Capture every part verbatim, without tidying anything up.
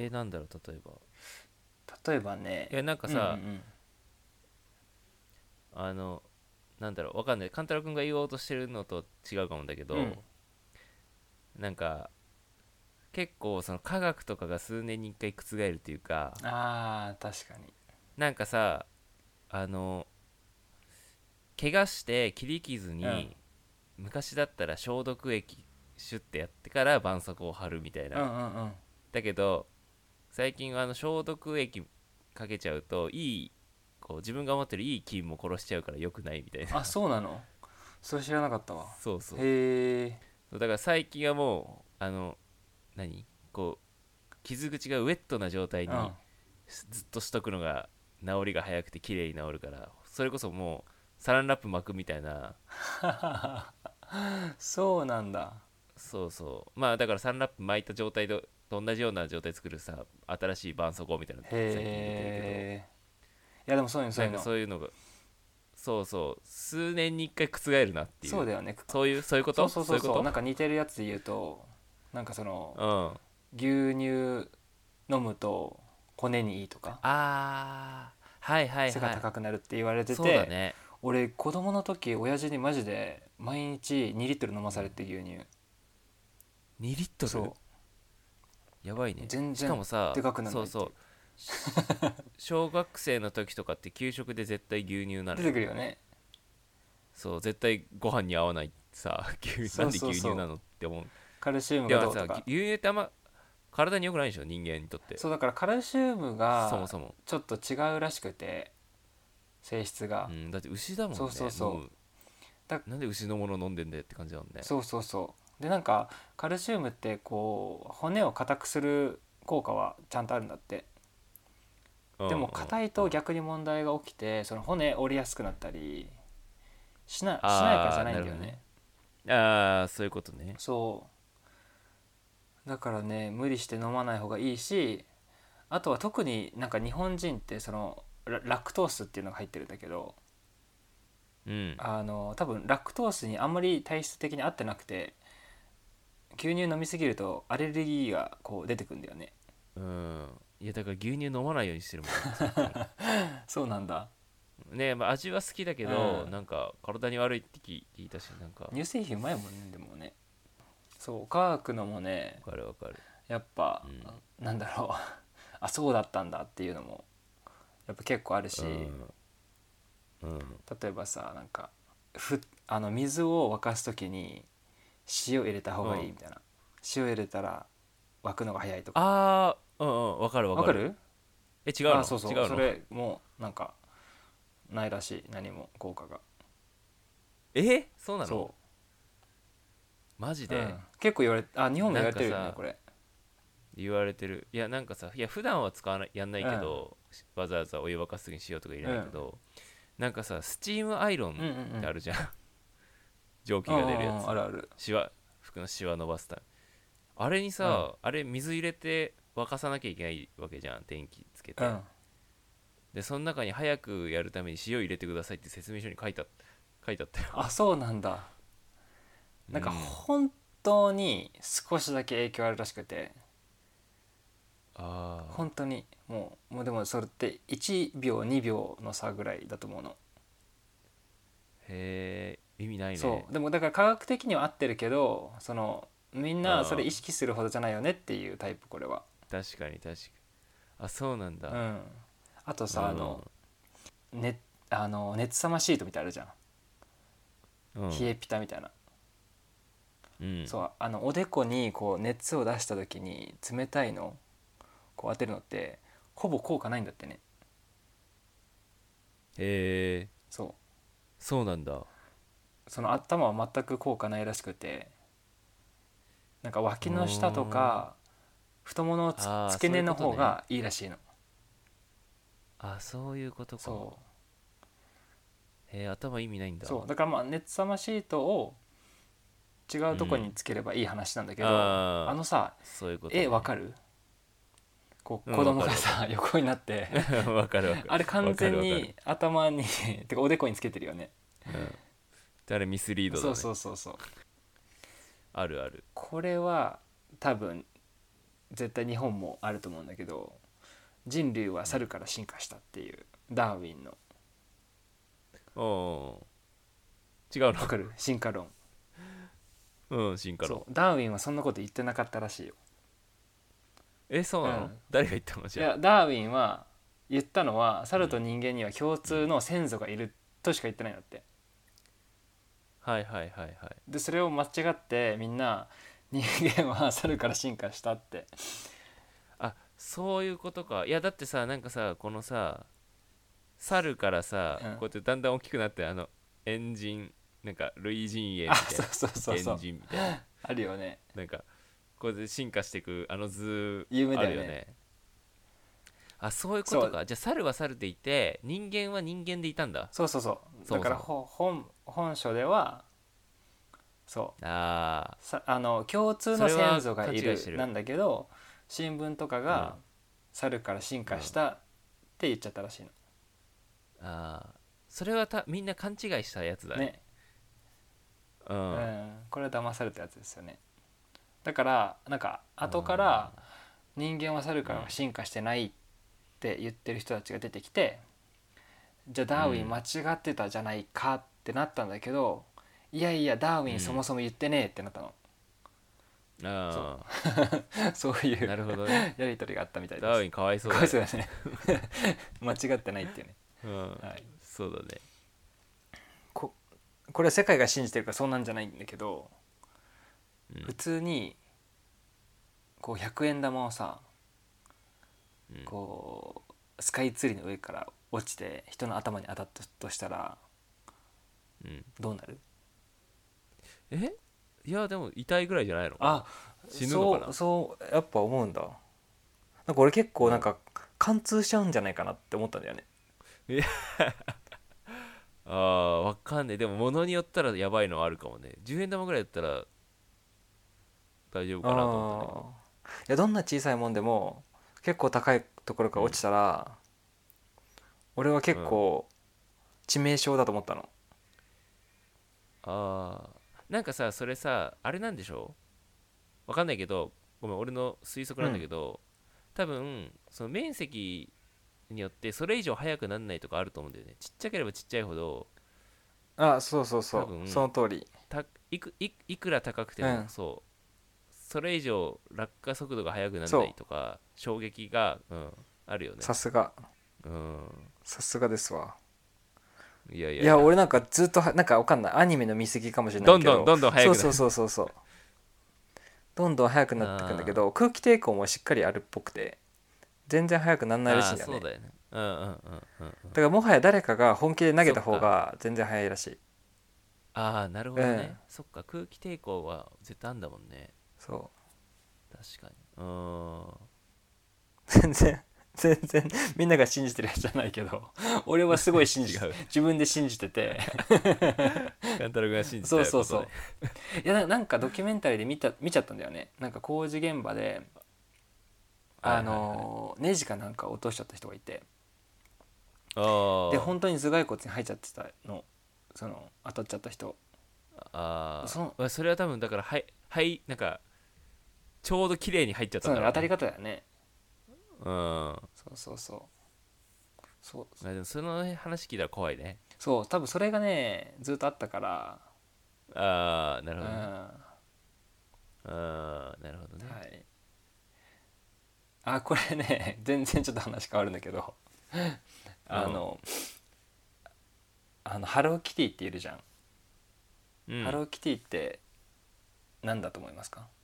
えー、なんだろう例えば。 例えばね、 いやなんかうんうんうさ、 んあのなんだろうわかんない、勘太郎くんが言おうとしてるのと違うかもだけうんど、なんか結構その科学とかが数年に一回覆るっていうか、 あー確かになんかさ、あの怪我して切り傷うんに昔だったら消毒液シュッてやってから絆創膏を貼るみたいな。 うんうんうんだけど最近はあの消毒液かけちゃうといい、こう自分が持ってるいい菌も殺しちゃうから良くないみたいあ、 な。 そうなの？それ知らなかったわ。 そうそう。 へえ。 そうだから最近はもうあの何こう傷口がウェットな状態うんにずっとしとくのが治りが早くて綺麗に治るから、それこそもうサランラップ巻くみたいな。 そうなんだ。 そうそう、まあだからサランラップ巻いた状態とと同じような状態作るさ、新しい絆創膏みたいなの最近出てるけど、 へえ。いやでもそういうのそうなんかいうのそういうのが、そうそう数年に一回覆るなっていう、 そうだよね。 そういうそういうこそうとそうそうそう、 そういうこと。 なんか似てるやつで言うと、なんかそのうんあ牛乳飲むと骨にいいとかあーはいはい背がはい、 高くなるって言われてて、 そうだね。 俺子供の時親父にマジで毎日にリットル飲まされて牛乳。 にリットル、 そやばいね。しかう全然もさ、 でかくならないっていう。 そうそう、し小学生の時とかって給食で絶対牛乳なの出てよ。 くるよね。 そう絶対ご飯に合わないさ、牛そなんでうそうそう、 牛乳なのって思う。 カルシウムでもさ、牛がどうとか。 乳ってあんま体に良くないでしょ人間にとって、 そうだからカルシウムがそもそも。 ちょっと違うらしくて、性質が。 うん、だって牛だもそうんそうそね飲む。 うだなんで牛のもの飲んでんだよって感じだもんね。 そうそうそうでなんかカルシウムってこう骨を硬くする効果はちゃんとあるんだって。 うんうんでも硬いうん。 と逆に問題が起きて、その骨折りやすくなったりしな、しなやかじゃああないんだよね。 なるほどね。ああそういうことね。 そうだからね、無理して飲まない方がいいし、あとは特になんか日本人ってそのララクトースっていうのが入ってるんだけど、 うんあの多分ラクトースにあんまり体質的に合ってなくて、牛乳飲みすぎるとアレルギーがこう出てくるんだよね。 うん。いやだから牛乳飲まないようにしてるもん最近。 そうなんだ。 ね、まあ、味は好きだけど、 うんなんか体に悪いって聞いたし、なんか乳製品うまいもんね。でもね、そう乾くのもね、 わかるわかる。 やっぱ、 うんなんだろうあ、そうだったんだっていうのもやっぱ結構あるし、 うんうん例えばさ、なんかふあの水を沸かす時に塩入れた方がいいみたいな、塩入れたら沸くのが早いとか。 ああうんうんわかるわかる。 わかる？ え違うあ、 のそうそう、 違うの。 それもうなんかないらしい、何も効果が。 えそうなの。 そマジう、うん、 で。 結構言われあ、日本も言われてるよなんかさねこれ。 言われてる。いやなんかさ、いや普段は使わないやんないけうんど、わざわざお湯沸かす時にしようとか入れないけうんど、なんかさスチームアイロンっうんうんうんてあるじゃん。蒸気うんが出るやつ。 うん、あるある。 シワ服のシワ伸ばすため、あれにうんさ、あれ水入れて沸かさなきゃいけないわけじゃん、電気つけて。 うんでその中に早くやるために塩入れてくださいって説明書に書いてあ書いてあったよ。 あ、そうなんだ。なんかうん本当に少しだけ影響あるらしくて、 ああ本当にもうもうでもそれっていちびょうにびょうの差ぐらいだと思うの。 へえ意味ないね。 そうでもだから科学的には合ってるけど、そのみんなそれあ意識するほどじゃないよねっていうタイプ、これは。 確かに確かに。あそうなんだ。 うんあとうんさ、あのねあの熱さまシートみたいなのあるじゃん、 うん冷えピタみたいな。 うんそう、あのおでこにこう熱を出した時に冷たいのこう当てるのってほぼ効果ないんだってね。 へえそそうなんだ。 うその頭は全く効果ないらしくて、なんかうー脇の下とんか太もものつああ付け根のそういうことね。 方がいいらしいの。 あそういうことか。 そへえ頭意味ないんだ。 うそうだからまあ熱さまシートを違うとこにつければいい話なんだけど、 あああのさ、 そういうことね。 絵わかる？こううん子供がわかさ横になってるわかるわかるあれ完全わかるわかに頭にてかおでこにつけてるよね。 る。うんであれミスリードだね。 そうそうそうそう。 あるある。 これは多分絶対日本もあると思うんだけど、人類は猿から進化したっていうダーウィンの、 おー違うわかる？進化論。 のうん進化論。 そうダーウィンはそんなこと言ってなかったらしいよ。 えそうなの、 うん誰が言ったのいじゃやダーウィンは言ったのは猿と人間には共通の先祖がいるとしか言ってないんだって。 あ。はいはいはいはい。 でそれを間違ってみんな人間は猿から進化したって。 あそういうことか。いやだってさなんかさこのさ猿からさ、 うんこうやってだんだん大きくなってあのエンジンなんか類人猿あみたいなそうそうそうそう原人みたいなあるよね。 なんかこうやって進化していくあの図有名だよね。 あるよね。あそういうこそうとか。じゃあ猿は猿でいて人間は人間でいたんだ。 そうそうそうだからそもそもほ本本書ではそうあさあの共通のそれは先祖がい勘違いしてる。 るなんだけど、新聞とかうんが猿から進化したって言っちゃったらしいのあーそれはたみんな勘違いしたやつだね。 ね。 ううんん、 これは騙されたやつですよね。だからなんか後から人間は猿からは進化してないって言ってる人たちが出てきて、じゃあダーウィン間違ってたじゃないかってなったんだけど、いやいやダーウィンそもそも言ってねえってなったの。 あそういあなうるほどね。 やり取りがあったみたいです。 ダーウィンかわいそうかだね。 わいそうだね間違ってないっていうね、 うんはい、 そうだね。 ここれは世界が信じてるからそうなんじゃないんだけど、 うん普通にこうひゃくえん玉をさ、 うんこうスカイツリーの上から落ちて人の頭に当たったとしたらうんどうなる？ えいやでも痛いぐらいじゃないの？ あ死ぬのかな？ そうそうやっぱ思うんだ。なんか俺結構なんか貫通しちゃうんじゃないかなって思ったんだよね。 ああわかんねえ。でも物によったらやばいのあるかもね。じゅうえん玉ぐらいだったら大丈夫かなと思ったんだけど。 あーいやどんな小さいもんでも結構高いところから落ちたら、俺は結構致命傷だと思ったの。 ああなんかさそれさあれなんでしょわかんないけどごめん俺の推測なんだけど、多分その面積によってそれ以上速くならないとかあると思うんだよね。ちっちゃければちっちゃいほどあそうそうそう多分その通り。 たいくいいくら高くても、 うんそうそれ以上落下速度が速くならそうないとか衝撃が、うん、あるよね。 さすがうんさすがですわ。 いやいやいや俺なんかずっとはなんかわかんないアニメの見過ぎかもしれないけどどんどんどんどん速くなる。 そうそうそうそうそうどんどん速くなってくんだけど空気抵抗もしっかりあるっぽくて全然速くならないらしいんだよね。 あーそうだよね。うんうんうんうんうん。 だからもはや誰かが本気で投げた方が全然速いらしい。 ああなるほどね、 うん、 そっか空気抵抗は絶対あんだもんね。 そ確かに。うーんう全然全然みんなが信じてるやつじゃないけど俺はすごい信じ違う自分で信じててカンタロウが信じてそうたことね。 そうそういやななんかドキュメンタリーで見た見ちゃったんだよね。なんか工事現場であのネジかなんか落としちゃった人がいて、 あで本当に頭蓋骨に入っちゃってたの、その当たっちゃった人。 あそのあそれは多分だからはいはいなんかちょうど綺麗に入っちゃったんだろう、ね、 その当たり方だよね。 うんそうそうそうそうあでもその話聞いたら怖いね。 そう多分それがねずっとあったから、 ああなるうんほどね。 はああなるほどね。 い。あこれね全然ちょっと話変わるんだけどあの、あのハローキティっているじゃん、 うん、 ハローキティって何だと思いますか？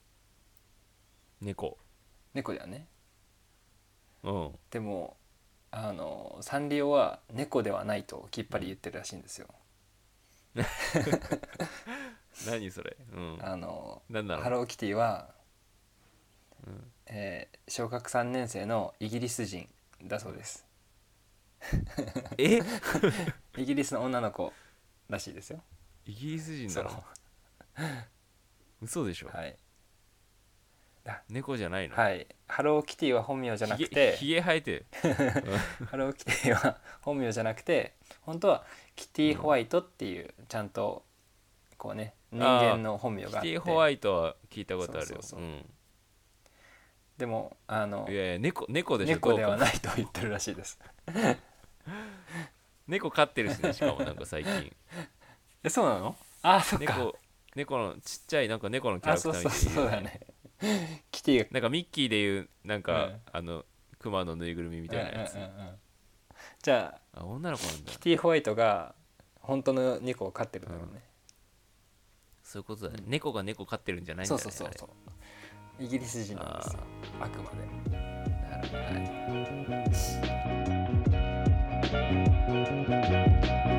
猫。 猫だよね。 うんでもあのサンリオは猫ではないときっぱり言ってるらしいんですよ。 何それ。うんあの何なの。 ハローキティは、 うんえー小学さんねん生のイギリス人だそうです。 えイギリスの女の子らしいですよ。 イギリス人そうだろ。嘘でしょ、 はい猫じゃないの。 はいハローキティは本名じゃなくひげてひげ生えてハローキティは本名じゃなくて本当はキティホワイトっていうちゃんとこうね人間の本名があって、 キティホワイトは聞いたことあるよ。 そうそうそうでもあのいやいや猫猫でしょ。 猫ではどうかないと言ってるらしいです。 猫飼ってるしね、しかもなんか最近え、そうなの？あ、そっか。 猫猫のちっちゃいなんか猫のキャあ、 ラクターそうそうそう、 みたいにいるよそうだね。キティが、 なんかミッキーでいうなんか、 うんあのクマのぬいぐるみみたいなやつ、 うんうんうんうん、じゃああ女の子なんだ。 キティホワイトが本当の猫を飼ってるんだろうね。 そういうことだね、 うん猫が猫飼ってるんじゃないんそだね。 うそうそうそう。イギリス人なんですよ、あくまで。 あれなるほど、はい